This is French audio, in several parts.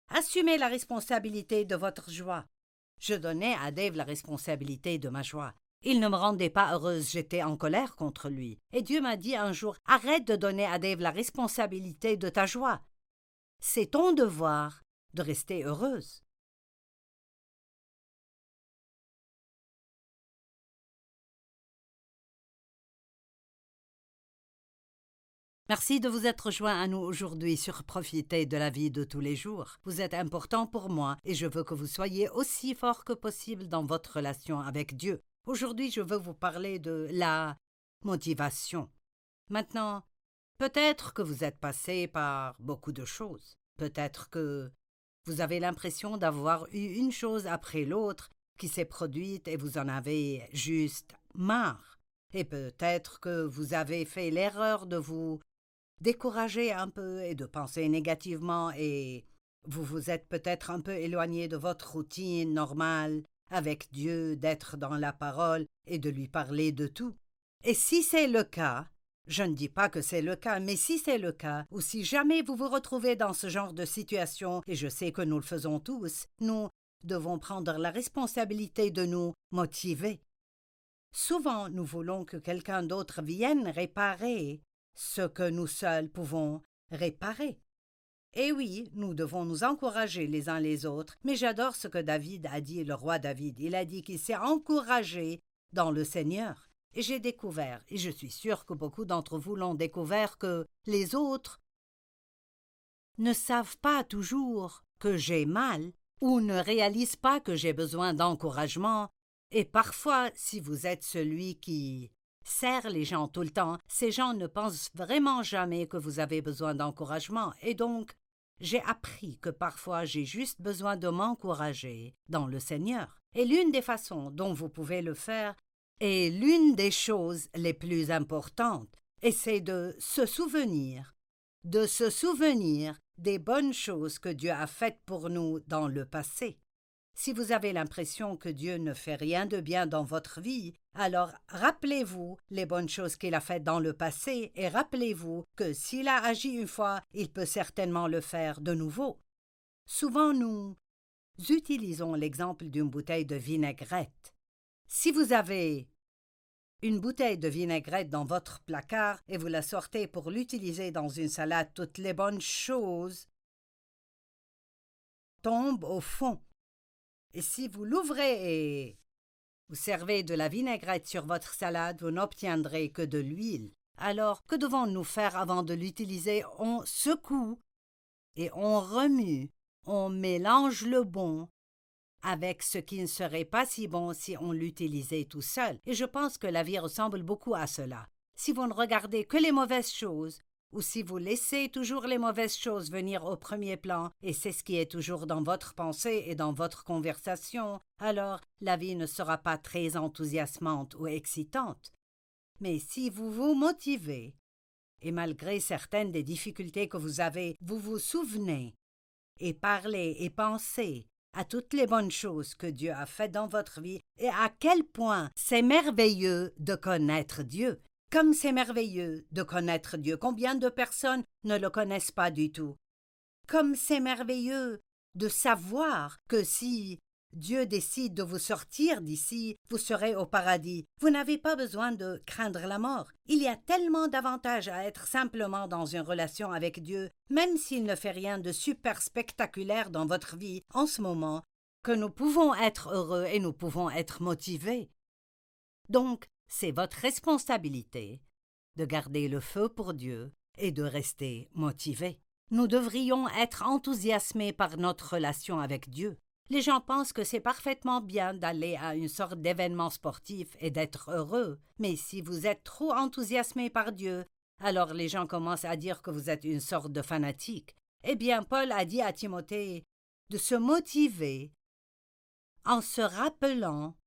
Assumez la responsabilité de votre joie. Je donnais à Dave la responsabilité de ma joie. Il ne me rendait pas heureuse, j'étais en colère contre lui. Et Dieu m'a dit un jour, arrête de donner à Dave la responsabilité de ta joie. C'est ton devoir de rester heureuse. Merci de vous être joint à nous aujourd'hui sur Profiter de la vie de tous les jours. Vous êtes important pour moi et je veux que vous soyez aussi fort que possible dans votre relation avec Dieu. Aujourd'hui, je veux vous parler de la motivation. Maintenant, peut-être que vous êtes passé par beaucoup de choses. Peut-être que vous avez l'impression d'avoir eu une chose après l'autre qui s'est produite et vous en avez juste marre. Et peut-être que vous avez fait l'erreur de vous décourager un peu et de penser négativement et vous vous êtes peut-être un peu éloigné de votre routine normale avec Dieu, d'être dans la parole et de lui parler de tout. Et si c'est le cas, je ne dis pas que c'est le cas, mais si c'est le cas, ou si jamais vous vous retrouvez dans ce genre de situation, et je sais que nous le faisons tous, nous devons prendre la responsabilité de nous motiver. Souvent, nous voulons que quelqu'un d'autre vienne réparer ce que nous seuls pouvons réparer. Et oui, nous devons nous encourager les uns les autres, mais j'adore ce que David a dit, le roi David. Il a dit qu'il s'est encouragé dans le Seigneur. Et j'ai découvert, et je suis sûre que beaucoup d'entre vous l'ont découvert, que les autres ne savent pas toujours que j'ai mal ou ne réalisent pas que j'ai besoin d'encouragement. Et parfois, si vous êtes celui qui serre les gens tout le temps, ces gens ne pensent vraiment jamais que vous avez besoin d'encouragement. Et donc, j'ai appris que parfois j'ai juste besoin de m'encourager dans le Seigneur. Et l'une des façons dont vous pouvez le faire est l'une des choses les plus importantes, et c'est de se souvenir des bonnes choses que Dieu a faites pour nous dans le passé. Si vous avez l'impression que Dieu ne fait rien de bien dans votre vie, alors rappelez-vous les bonnes choses qu'il a faites dans le passé et rappelez-vous que s'il a agi une fois, il peut certainement le faire de nouveau. Souvent, nous utilisons l'exemple d'une bouteille de vinaigrette. Si vous avez une bouteille de vinaigrette dans votre placard et vous la sortez pour l'utiliser dans une salade, toutes les bonnes choses tombent au fond. Et si vous l'ouvrez et vous servez de la vinaigrette sur votre salade, vous n'obtiendrez que de l'huile. Alors, que devons-nous faire avant de l'utiliser? On secoue et on remue, on mélange le bon avec ce qui ne serait pas si bon si on l'utilisait tout seul. Et je pense que la vie ressemble beaucoup à cela. Si vous ne regardez que les mauvaises choses, ou si vous laissez toujours les mauvaises choses venir au premier plan, et c'est ce qui est toujours dans votre pensée et dans votre conversation, alors la vie ne sera pas très enthousiasmante ou excitante. Mais si vous vous motivez, et malgré certaines des difficultés que vous avez, vous vous souvenez, et parlez et pensez à toutes les bonnes choses que Dieu a faites dans votre vie, et à quel point c'est merveilleux de connaître Dieu. Comme c'est merveilleux de connaître Dieu, combien de personnes ne le connaissent pas du tout? Comme c'est merveilleux de savoir que si Dieu décide de vous sortir d'ici, vous serez au paradis. Vous n'avez pas besoin de craindre la mort. Il y a tellement d'avantages à être simplement dans une relation avec Dieu, même s'il ne fait rien de super spectaculaire dans votre vie en ce moment, que nous pouvons être heureux et nous pouvons être motivés. Donc, c'est votre responsabilité de garder le feu pour Dieu et de rester motivé. Nous devrions être enthousiasmés par notre relation avec Dieu. Les gens pensent que c'est parfaitement bien d'aller à une sorte d'événement sportif et d'être heureux, mais si vous êtes trop enthousiasmé par Dieu, alors les gens commencent à dire que vous êtes une sorte de fanatique. Eh bien, Paul a dit à Timothée de se motiver en se rappelant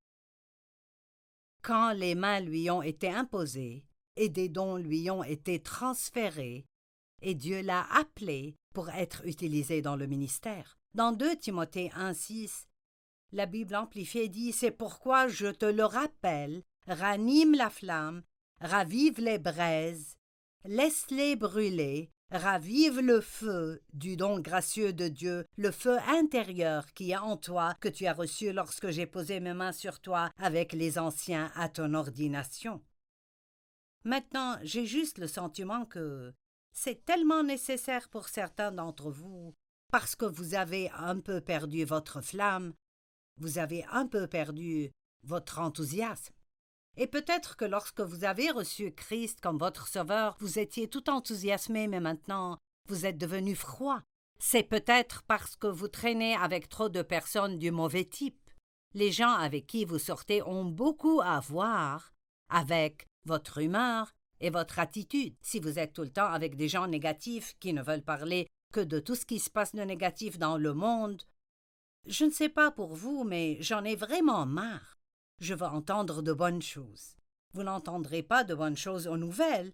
quand les mains lui ont été imposées et des dons lui ont été transférés, et Dieu l'a appelé pour être utilisé dans le ministère. Dans 2 Timothée 1,6, la Bible amplifiée dit « C'est pourquoi je te le rappelle, ranime la flamme, ravive les braises, laisse-les brûler, Ravive le feu du don gracieux de Dieu, le feu intérieur qui est en toi, que tu as reçu lorsque j'ai posé mes mains sur toi avec les anciens à ton ordination. Maintenant, j'ai juste le sentiment que c'est tellement nécessaire pour certains d'entre vous, parce que vous avez un peu perdu votre flamme, vous avez un peu perdu votre enthousiasme. Et peut-être que lorsque vous avez reçu Christ comme votre sauveur, vous étiez tout enthousiasmé, mais maintenant, vous êtes devenu froid. C'est peut-être parce que vous traînez avec trop de personnes du mauvais type. Les gens avec qui vous sortez ont beaucoup à voir avec votre humeur et votre attitude. Si vous êtes tout le temps avec des gens négatifs qui ne veulent parler que de tout ce qui se passe de négatif dans le monde, je ne sais pas pour vous, mais j'en ai vraiment marre. Je veux entendre de bonnes choses. Vous n'entendrez pas de bonnes choses aux nouvelles.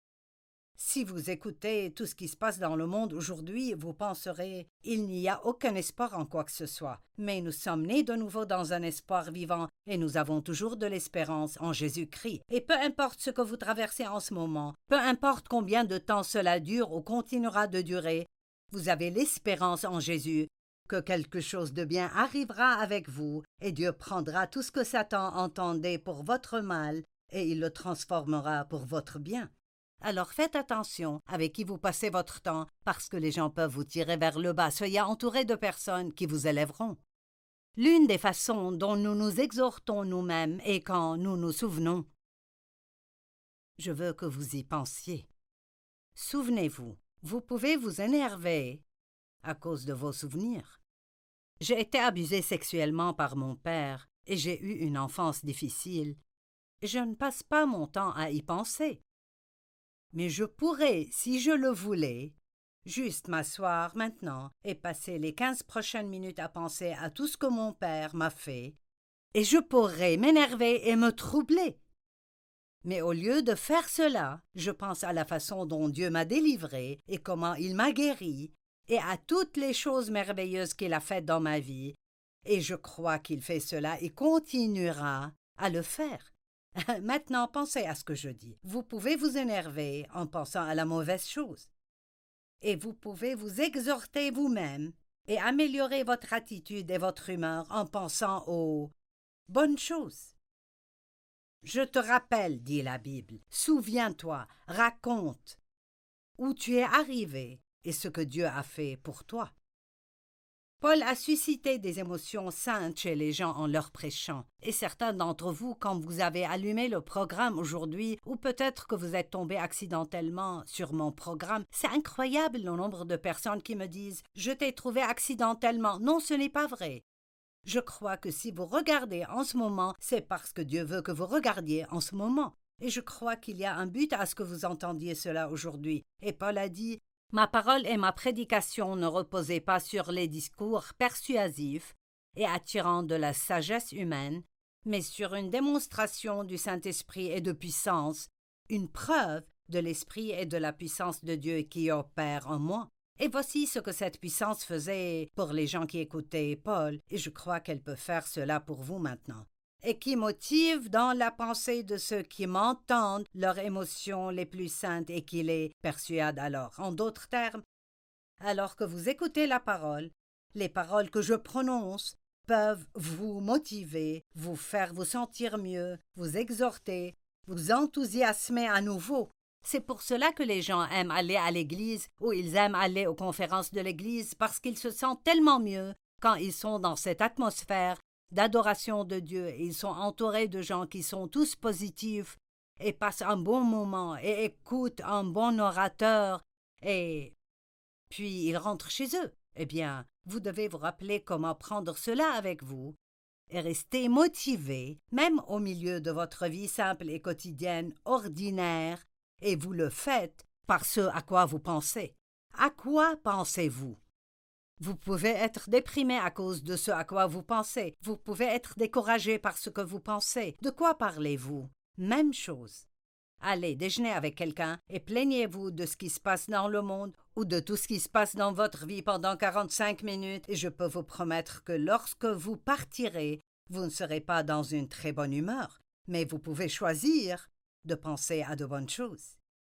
Si vous écoutez tout ce qui se passe dans le monde aujourd'hui, vous penserez « il n'y a aucun espoir en quoi que ce soit ». Mais nous sommes nés de nouveau dans un espoir vivant et nous avons toujours de l'espérance en Jésus-Christ. Et peu importe ce que vous traversez en ce moment, peu importe combien de temps cela dure ou continuera de durer, vous avez l'espérance en Jésus que quelque chose de bien arrivera avec vous, et Dieu prendra tout ce que Satan entendait pour votre mal, et il le transformera pour votre bien. Alors faites attention avec qui vous passez votre temps, parce que les gens peuvent vous tirer vers le bas. Soyez entourés de personnes qui vous élèveront. L'une des façons dont nous nous exhortons nous-mêmes est quand nous nous souvenons. Je veux que vous y pensiez. Souvenez-vous, vous pouvez vous énerver à cause de vos souvenirs. J'ai été abusée sexuellement par mon père et j'ai eu une enfance difficile. Je ne passe pas mon temps à y penser. Mais je pourrais, si je le voulais, juste m'asseoir maintenant et passer les 15 prochaines minutes à penser à tout ce que mon père m'a fait, et je pourrais m'énerver et me troubler. Mais au lieu de faire cela, je pense à la façon dont Dieu m'a délivré et comment il m'a guéri, et à toutes les choses merveilleuses qu'il a faites dans ma vie, et je crois qu'il fait cela et continuera à le faire. Maintenant, pensez à ce que je dis. Vous pouvez vous énerver en pensant à la mauvaise chose, et vous pouvez vous exhorter vous-même et améliorer votre attitude et votre humeur en pensant aux bonnes choses. Je te rappelle, dit la Bible, souviens-toi, raconte où tu es arrivé et ce que Dieu a fait pour toi. Paul a suscité des émotions saintes chez les gens en leur prêchant, et certains d'entre vous, quand vous avez allumé le programme aujourd'hui, ou peut-être que vous êtes tombé accidentellement sur mon programme, c'est incroyable le nombre de personnes qui me disent « Je t'ai trouvé accidentellement ». Non, ce n'est pas vrai. Je crois que si vous regardez en ce moment, c'est parce que Dieu veut que vous regardiez en ce moment. Et je crois qu'il y a un but à ce que vous entendiez cela aujourd'hui. Et Paul a dit « Ma parole et ma prédication ne reposaient pas sur les discours persuasifs et attirants de la sagesse humaine, mais sur une démonstration du Saint-Esprit et de puissance, une preuve de l'Esprit et de la puissance de Dieu qui opère en moi. » Et voici ce que cette puissance faisait pour les gens qui écoutaient Paul, et je crois qu'elle peut faire cela pour vous maintenant, et qui motive dans la pensée de ceux qui m'entendent leurs émotions les plus saintes et qui les persuadent alors. En d'autres termes, alors que vous écoutez la parole, les paroles que je prononce peuvent vous motiver, vous faire vous sentir mieux, vous exhorter, vous enthousiasmer à nouveau. C'est pour cela que les gens aiment aller à l'église ou ils aiment aller aux conférences de l'église parce qu'ils se sentent tellement mieux quand ils sont dans cette atmosphère d'adoration de Dieu et ils sont entourés de gens qui sont tous positifs et passent un bon moment et écoutent un bon orateur et puis ils rentrent chez eux. Eh bien, vous devez vous rappeler comment prendre cela avec vous et rester motivé, même au milieu de votre vie simple et quotidienne, ordinaire, et vous le faites par ce à quoi vous pensez. À quoi pensez-vous? Vous pouvez être déprimé à cause de ce à quoi vous pensez. Vous pouvez être découragé par ce que vous pensez. De quoi parlez-vous? Même chose. Allez déjeuner avec quelqu'un et plaignez-vous de ce qui se passe dans le monde ou de tout ce qui se passe dans votre vie pendant 45 minutes et je peux vous promettre que lorsque vous partirez, vous ne serez pas dans une très bonne humeur, mais vous pouvez choisir de penser à de bonnes choses.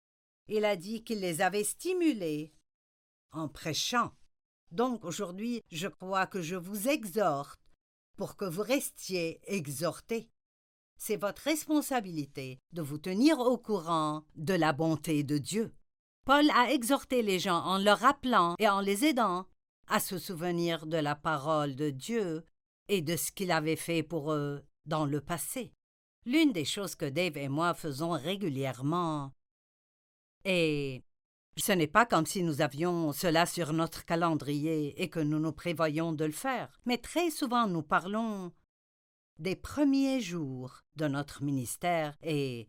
Il a dit qu'il les avait stimulés en prêchant. Donc aujourd'hui, je crois que je vous exhorte pour que vous restiez exhortés. C'est votre responsabilité de vous tenir au courant de la bonté de Dieu. Paul a exhorté les gens en leur rappelant et en les aidant à se souvenir de la parole de Dieu et de ce qu'il avait fait pour eux dans le passé. L'une des choses que Dave et moi faisons régulièrement est... Ce n'est pas comme si nous avions cela sur notre calendrier et que nous nous prévoyons de le faire, mais très souvent nous parlons des premiers jours de notre ministère et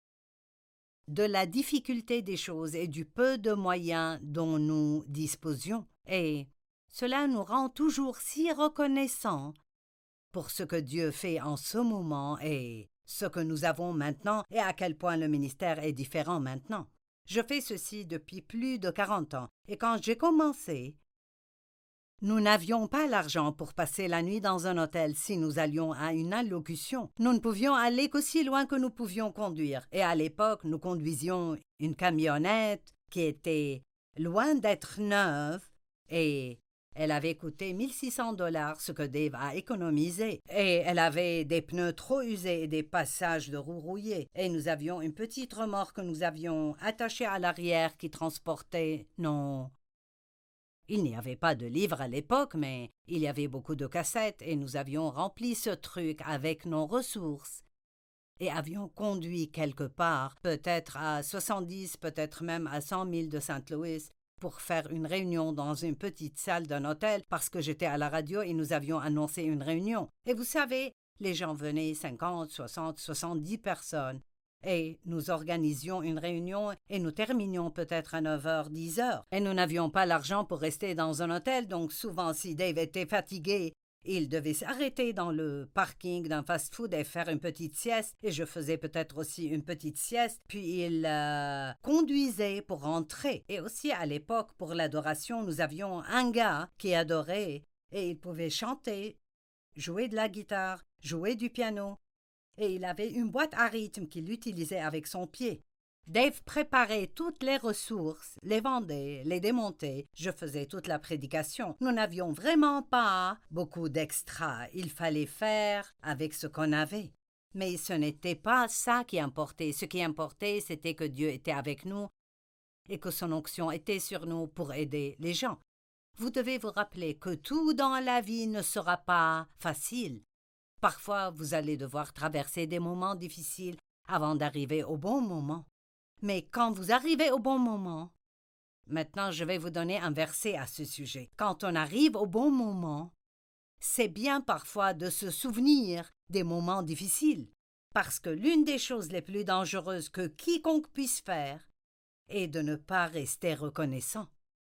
de la difficulté des choses et du peu de moyens dont nous disposions. Et cela nous rend toujours si reconnaissants pour ce que Dieu fait en ce moment et ce que nous avons maintenant et à quel point le ministère est différent maintenant. Je fais ceci depuis plus de 40 ans et quand j'ai commencé, nous n'avions pas l'argent pour passer la nuit dans un hôtel si nous allions à une allocution. Nous ne pouvions aller qu'aussi loin que nous pouvions conduire. Et à l'époque, nous conduisions une camionnette qui était loin d'être neuve et elle avait coûté $1 600, ce que Dave a économisé. Et elle avait des pneus trop usés et des passages de roues rouillées. Et nous avions une petite remorque que nous avions attachée à l'arrière qui transportait nos... Il n'y avait pas de livres à l'époque, mais il y avait beaucoup de cassettes et nous avions rempli ce truc avec nos ressources et avions conduit quelque part, peut-être à 70, peut-être même à 100 000 de Saint-Louis, pour faire une réunion dans une petite salle d'un hôtel parce que j'étais à la radio et nous avions annoncé une réunion. Et vous savez, les gens venaient 50, 60, 70 personnes. Et nous organisions une réunion et nous terminions peut-être à 9h, 10h. Et nous n'avions pas l'argent pour rester dans un hôtel, donc souvent si Dave était fatigué, il devait s'arrêter dans le parking d'un fast-food et faire une petite sieste, et je faisais peut-être aussi une petite sieste, puis il conduisait pour rentrer. Et aussi à l'époque, pour l'adoration, nous avions un gars qui adorait, et il pouvait chanter, jouer de la guitare, jouer du piano, et il avait une boîte à rythme qu'il utilisait avec son pied. Dave préparait toutes les ressources, les vendait, les démontait. Je faisais toute la prédication. Nous n'avions vraiment pas beaucoup d'extra. Il fallait faire avec ce qu'on avait. Mais ce n'était pas ça qui importait. Ce qui importait, c'était que Dieu était avec nous et que son onction était sur nous pour aider les gens. Vous devez vous rappeler que tout dans la vie ne sera pas facile. Parfois, vous allez devoir traverser des moments difficiles avant d'arriver au bon moment. Mais quand vous arrivez au bon moment, maintenant je vais vous donner un verset à ce sujet. Quand on arrive au bon moment, c'est bien parfois de se souvenir des moments difficiles, parce que l'une des choses les plus dangereuses que quiconque puisse faire est de ne pas rester reconnaissant.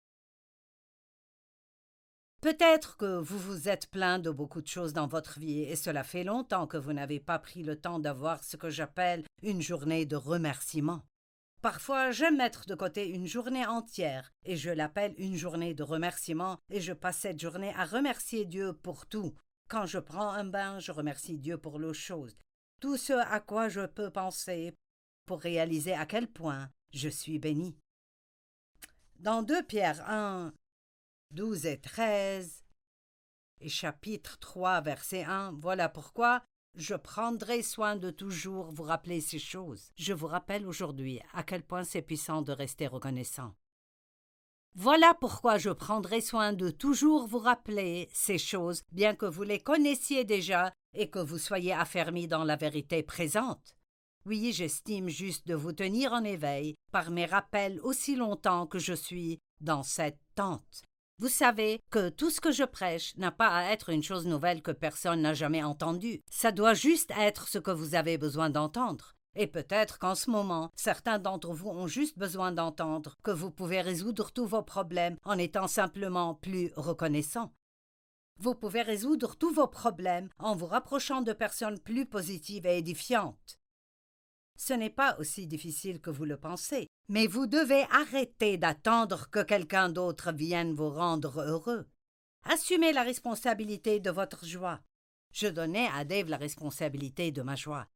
Peut-être que vous vous êtes plaint de beaucoup de choses dans votre vie et cela fait longtemps que vous n'avez pas pris le temps d'avoir ce que j'appelle une journée de remerciement. Parfois, j'aime mettre de côté une journée entière et je l'appelle une journée de remerciement et je passe cette journée à remercier Dieu pour tout. Quand je prends un bain, je remercie Dieu pour l'eau chaude. Tout ce à quoi je peux penser pour réaliser à quel point je suis béni. Dans 2 Pierre 1, 12 et 13 et chapitre 3, verset 1, voilà pourquoi je prendrai soin de toujours vous rappeler ces choses. Je vous rappelle aujourd'hui à quel point c'est puissant de rester reconnaissant. Voilà pourquoi je prendrai soin de toujours vous rappeler ces choses, bien que vous les connaissiez déjà et que vous soyez affermis dans la vérité présente. Oui, j'estime juste de vous tenir en éveil par mes rappels aussi longtemps que je suis dans cette tente. Vous savez que tout ce que je prêche n'a pas à être une chose nouvelle que personne n'a jamais entendue. Ça doit juste être ce que vous avez besoin d'entendre. Et peut-être qu'en ce moment, certains d'entre vous ont juste besoin d'entendre que vous pouvez résoudre tous vos problèmes en étant simplement plus reconnaissants. Vous pouvez résoudre tous vos problèmes en vous rapprochant de personnes plus positives et édifiantes. Ce n'est pas aussi difficile que vous le pensez, mais vous devez arrêter d'attendre que quelqu'un d'autre vienne vous rendre heureux. Assumez la responsabilité de votre joie. Je donnais à Dave la responsabilité de ma joie.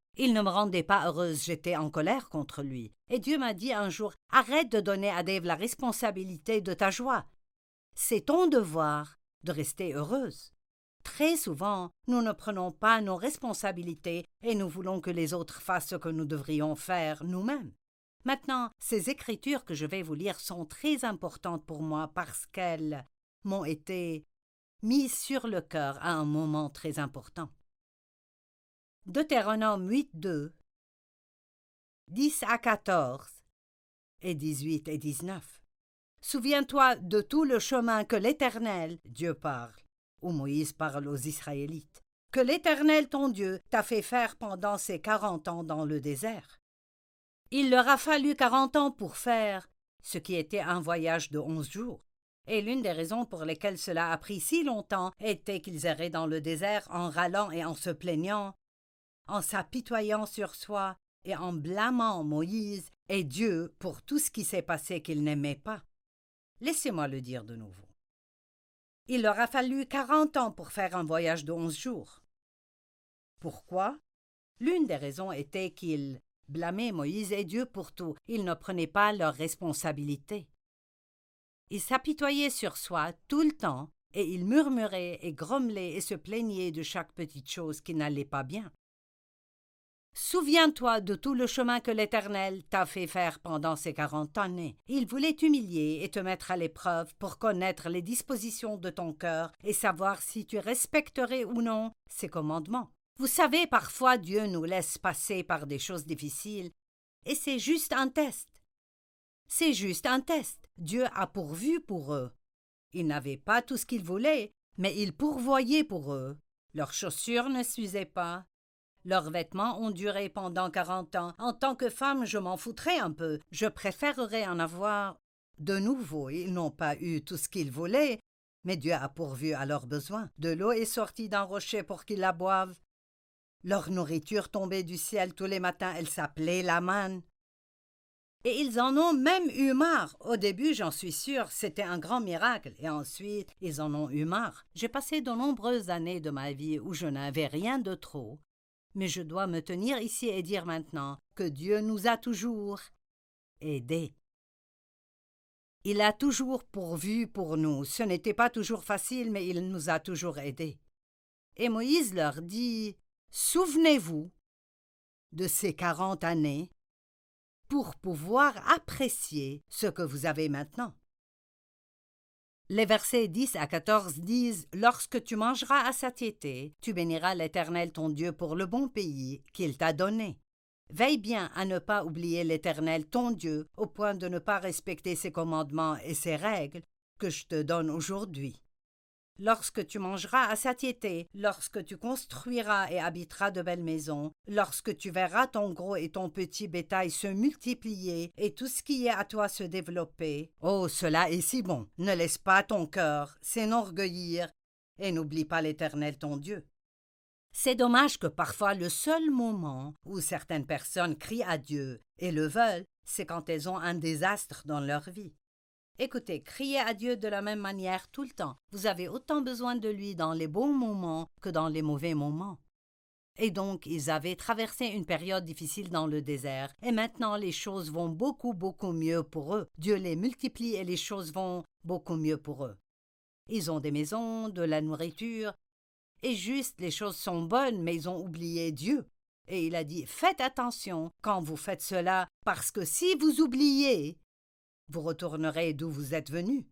Il ne me rendait pas heureuse, j'étais en colère contre lui. Et Dieu m'a dit un jour, arrête de donner à Dave la responsabilité de ta joie. C'est ton devoir de rester heureuse. Très souvent, nous ne prenons pas nos responsabilités et nous voulons que les autres fassent ce que nous devrions faire nous-mêmes. Maintenant, ces écritures que je vais vous lire sont très importantes pour moi parce qu'elles m'ont été mises sur le cœur à un moment très important. Deutéronome 8:2, 10 à 14 et 18 et 19. Souviens-toi de tout le chemin que l'Éternel, Dieu parle, ou Moïse parle aux Israélites, que l'Éternel ton Dieu t'a fait faire pendant ces 40 ans dans le désert. Il leur a fallu 40 ans pour faire ce qui était un voyage de 11 jours. Et l'une des raisons pour lesquelles cela a pris si longtemps était qu'ils erraient dans le désert en râlant et en se plaignant, en s'apitoyant sur soi et en blâmant Moïse et Dieu pour tout ce qui s'est passé qu'ils n'aimaient pas. Laissez-moi le dire de nouveau. Il leur a fallu 40 ans pour faire un voyage de 11 jours. Pourquoi? L'une des raisons était qu'ils blâmaient Moïse et Dieu pour tout. Ils ne prenaient pas leurs responsabilités. Ils s'apitoyaient sur soi tout le temps et ils murmuraient et grommelaient et se plaignaient de chaque petite chose qui n'allait pas bien. Souviens-toi de tout le chemin que l'Éternel t'a fait faire pendant ces 40 années. Il voulait t'humilier et te mettre à l'épreuve pour connaître les dispositions de ton cœur et savoir si tu respecterais ou non ses commandements. Vous savez, parfois Dieu nous laisse passer par des choses difficiles et c'est juste un test. C'est juste un test. Dieu a pourvu pour eux. Ils n'avaient pas tout ce qu'ils voulaient, mais il pourvoyait pour eux. Leurs chaussures ne s'usaient pas. Leurs vêtements ont duré pendant 40 ans. En tant que femme, je m'en foutrais un peu. Je préférerais en avoir de nouveau. Ils n'ont pas eu tout ce qu'ils voulaient, mais Dieu a pourvu à leurs besoins. De l'eau est sortie d'un rocher pour qu'ils la boivent. Leur nourriture tombait du ciel tous les matins. Elle s'appelait la manne. Et ils en ont même eu marre. Au début, j'en suis sûre, c'était un grand miracle. Et ensuite, ils en ont eu marre. J'ai passé de nombreuses années de ma vie où je n'avais rien de trop. Mais je dois me tenir ici et dire maintenant que Dieu nous a toujours aidés. Il a toujours pourvu pour nous. Ce n'était pas toujours facile, mais il nous a toujours aidés. Et Moïse leur dit, « Souvenez-vous de ces 40 années pour pouvoir apprécier ce que vous avez maintenant. » Les versets 10 à 14 disent « Lorsque tu mangeras à satiété, tu béniras l'Éternel ton Dieu pour le bon pays qu'il t'a donné. Veille bien à ne pas oublier l'Éternel ton Dieu au point de ne pas respecter ses commandements et ses règles que je te donne aujourd'hui. Lorsque tu mangeras à satiété, lorsque tu construiras et habiteras de belles maisons, lorsque tu verras ton gros et ton petit bétail se multiplier et tout ce qui est à toi se développer, oh, cela est si bon! Ne laisse pas ton cœur s'enorgueillir et n'oublie pas l'Éternel ton Dieu. » C'est dommage que parfois le seul moment où certaines personnes crient à Dieu et le veulent, c'est quand elles ont un désastre dans leur vie. Écoutez, criez à Dieu de la même manière tout le temps. Vous avez autant besoin de lui dans les bons moments que dans les mauvais moments. Et donc, ils avaient traversé une période difficile dans le désert, et maintenant les choses vont beaucoup mieux pour eux. Dieu les multiplie et les choses vont beaucoup mieux pour eux. Ils ont des maisons, de la nourriture, et juste les choses sont bonnes, mais ils ont oublié Dieu. Et il a dit, faites attention quand vous faites cela, parce que si vous oubliez, vous retournerez d'où vous êtes venus.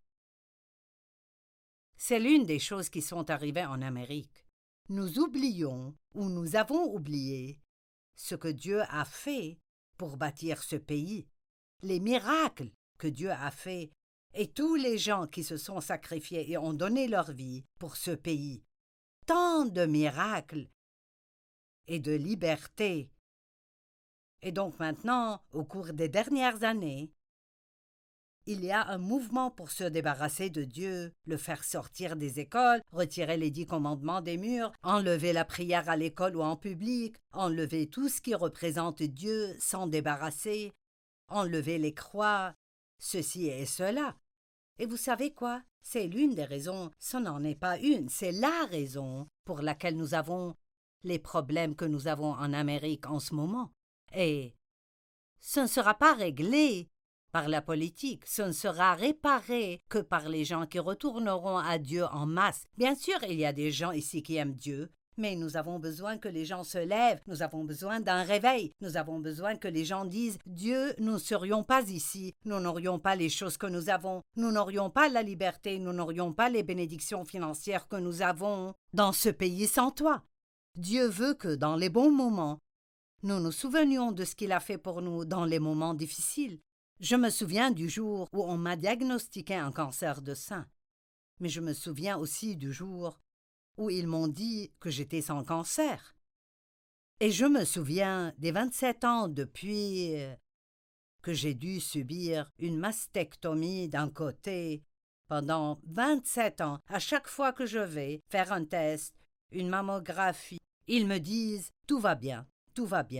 C'est l'une des choses qui sont arrivées en Amérique. Nous oublions, ou nous avons oublié, ce que Dieu a fait pour bâtir ce pays, les miracles que Dieu a faits, et tous les gens qui se sont sacrifiés et ont donné leur vie pour ce pays. Tant de miracles et de liberté. Et donc maintenant, au cours des dernières années, il y a un mouvement pour se débarrasser de Dieu, le faire sortir des écoles, retirer les 10 commandements des murs, enlever la prière à l'école ou en public, enlever tout ce qui représente Dieu, s'en débarrasser, enlever les croix, ceci et cela. Et vous savez quoi? C'est l'une des raisons, ce n'en est pas une, c'est la raison pour laquelle nous avons les problèmes que nous avons en Amérique en ce moment. Et ce ne sera pas réglé par la politique, ce ne sera réparé que par les gens qui retourneront à Dieu en masse. Bien sûr, il y a des gens ici qui aiment Dieu, mais nous avons besoin que les gens se lèvent, nous avons besoin d'un réveil, nous avons besoin que les gens disent « Dieu, nous ne serions pas ici, nous n'aurions pas les choses que nous avons, nous n'aurions pas la liberté, nous n'aurions pas les bénédictions financières que nous avons dans ce pays sans toi. » Dieu veut que dans les bons moments, nous nous souvenions de ce qu'il a fait pour nous dans les moments difficiles. Je me souviens du jour où on m'a diagnostiqué un cancer de sein, mais je me souviens aussi du jour où ils m'ont dit que j'étais sans cancer. Et je me souviens des 27 ans depuis que j'ai dû subir une mastectomie d'un côté pendant 27 ans. À chaque fois que je vais faire un test, une mammographie, ils me disent « tout va bien, tout va bien ».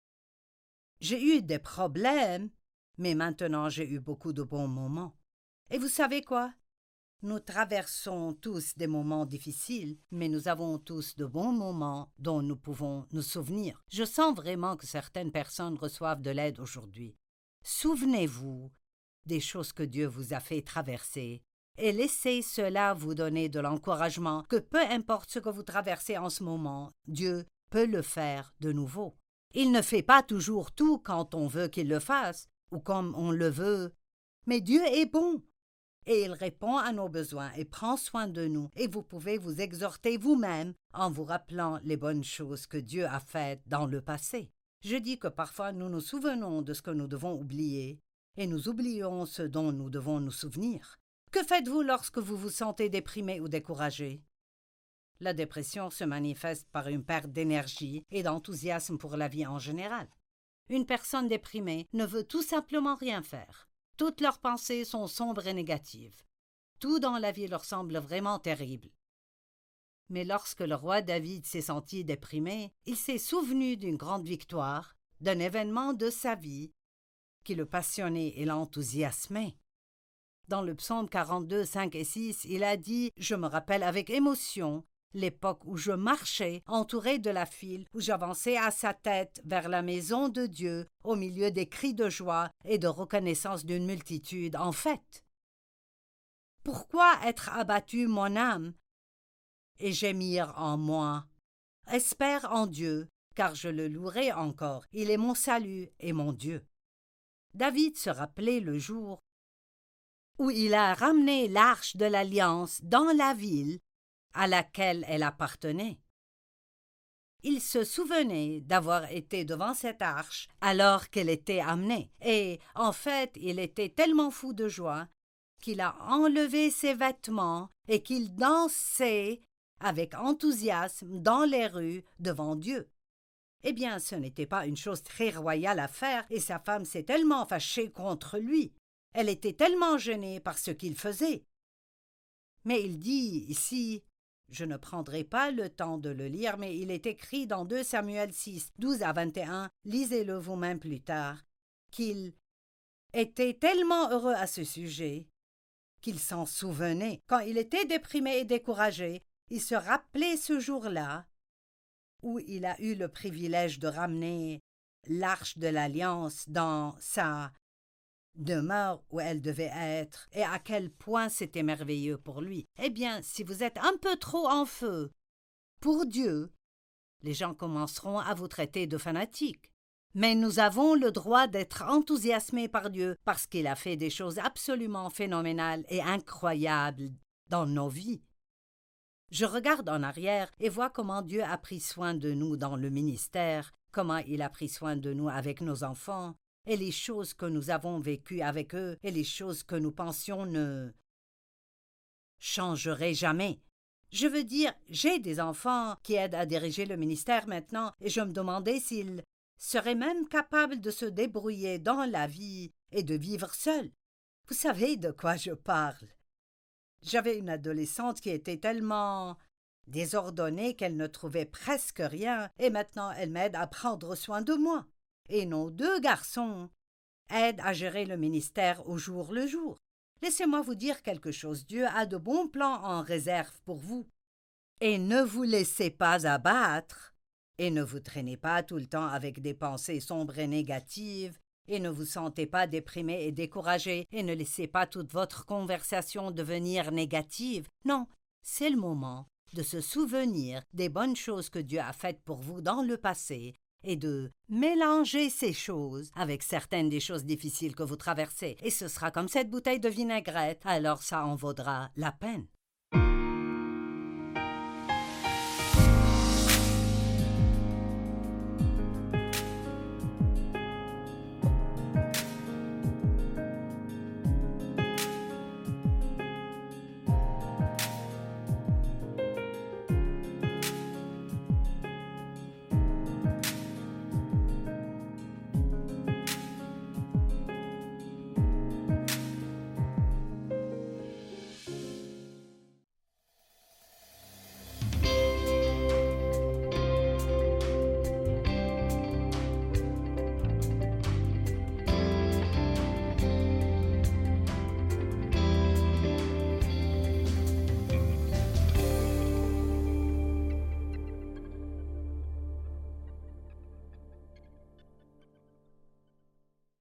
J'ai eu des problèmes, mais maintenant j'ai eu beaucoup de bons moments. Et vous savez quoi? Nous traversons tous des moments difficiles, mais nous avons tous de bons moments dont nous pouvons nous souvenir. Je sens vraiment que certaines personnes reçoivent de l'aide aujourd'hui. Souvenez-vous des choses que Dieu vous a fait traverser et laissez cela vous donner de l'encouragement que peu importe ce que vous traversez en ce moment, Dieu peut le faire de nouveau. Il ne fait pas toujours tout quand on veut qu'il le fasse ou comme on le veut, mais Dieu est bon. Et il répond à nos besoins et prend soin de nous. Et vous pouvez vous exhorter vous-même en vous rappelant les bonnes choses que Dieu a faites dans le passé. Je dis que parfois nous nous souvenons de ce que nous devons oublier et nous oublions ce dont nous devons nous souvenir. Que faites-vous lorsque vous vous sentez déprimé ou découragé? La dépression se manifeste par une perte d'énergie et d'enthousiasme pour la vie en général. Une personne déprimée ne veut tout simplement rien faire. Toutes leurs pensées sont sombres et négatives. Tout dans la vie leur semble vraiment terrible. Mais lorsque le roi David s'est senti déprimé, il s'est souvenu d'une grande victoire, d'un événement de sa vie qui le passionnait et l'enthousiasmait. Dans le psaume 42, 5 et 6, il a dit « Je me rappelle avec émotion l'époque où je marchais entouré de la file, où j'avançais à sa tête vers la maison de Dieu, au milieu des cris de joie et de reconnaissance d'une multitude en fête. Pourquoi être abattu, mon âme, et gémir en moi? Espère en Dieu, car je le louerai encore. Il est mon salut et mon Dieu. » David se rappelait le jour où il a ramené l'arche de l'Alliance dans la ville à laquelle elle appartenait. Il se souvenait d'avoir été devant cette arche alors qu'elle était amenée, et en fait il était tellement fou de joie qu'il a enlevé ses vêtements et qu'il dansait avec enthousiasme dans les rues devant Dieu. Eh bien, ce n'était pas une chose très royale à faire, et sa femme s'est tellement fâchée contre lui. Elle était tellement gênée par ce qu'il faisait. Mais il dit ici, je ne prendrai pas le temps de le lire, mais il est écrit dans 2 Samuel 6, 12 à 21, lisez-le vous-même plus tard, qu'il était tellement heureux à ce sujet qu'il s'en souvenait. Quand il était déprimé et découragé, il se rappelait ce jour-là où il a eu le privilège de ramener l'arche de l'Alliance dans sa demeure où elle devait être, et à quel point c'était merveilleux pour lui. Eh bien, si vous êtes un peu trop en feu pour Dieu, les gens commenceront à vous traiter de fanatique. Mais nous avons le droit d'être enthousiasmés par Dieu parce qu'il a fait des choses absolument phénoménales et incroyables dans nos vies. Je regarde en arrière et vois comment Dieu a pris soin de nous dans le ministère, comment il a pris soin de nous avec nos enfants, et les choses que nous avons vécues avec eux, et les choses que nous pensions ne changeraient jamais. Je veux dire, j'ai des enfants qui aident à diriger le ministère maintenant, et je me demandais s'ils seraient même capables de se débrouiller dans la vie et de vivre seuls. Vous savez de quoi je parle. J'avais une adolescente qui était tellement désordonnée qu'elle ne trouvait presque rien, et maintenant elle m'aide à prendre soin de moi. Et nos 2 garçons aident à gérer le ministère au jour le jour. Laissez-moi vous dire quelque chose. Dieu a de bons plans en réserve pour vous. Et ne vous laissez pas abattre, et ne vous traînez pas tout le temps avec des pensées sombres et négatives, et ne vous sentez pas déprimé et découragé, et ne laissez pas toute votre conversation devenir négative. Non, c'est le moment de se souvenir des bonnes choses que Dieu a faites pour vous dans le passé et de mélanger ces choses avec certaines des choses difficiles que vous traversez. Et ce sera comme cette bouteille de vinaigrette, alors ça en vaudra la peine.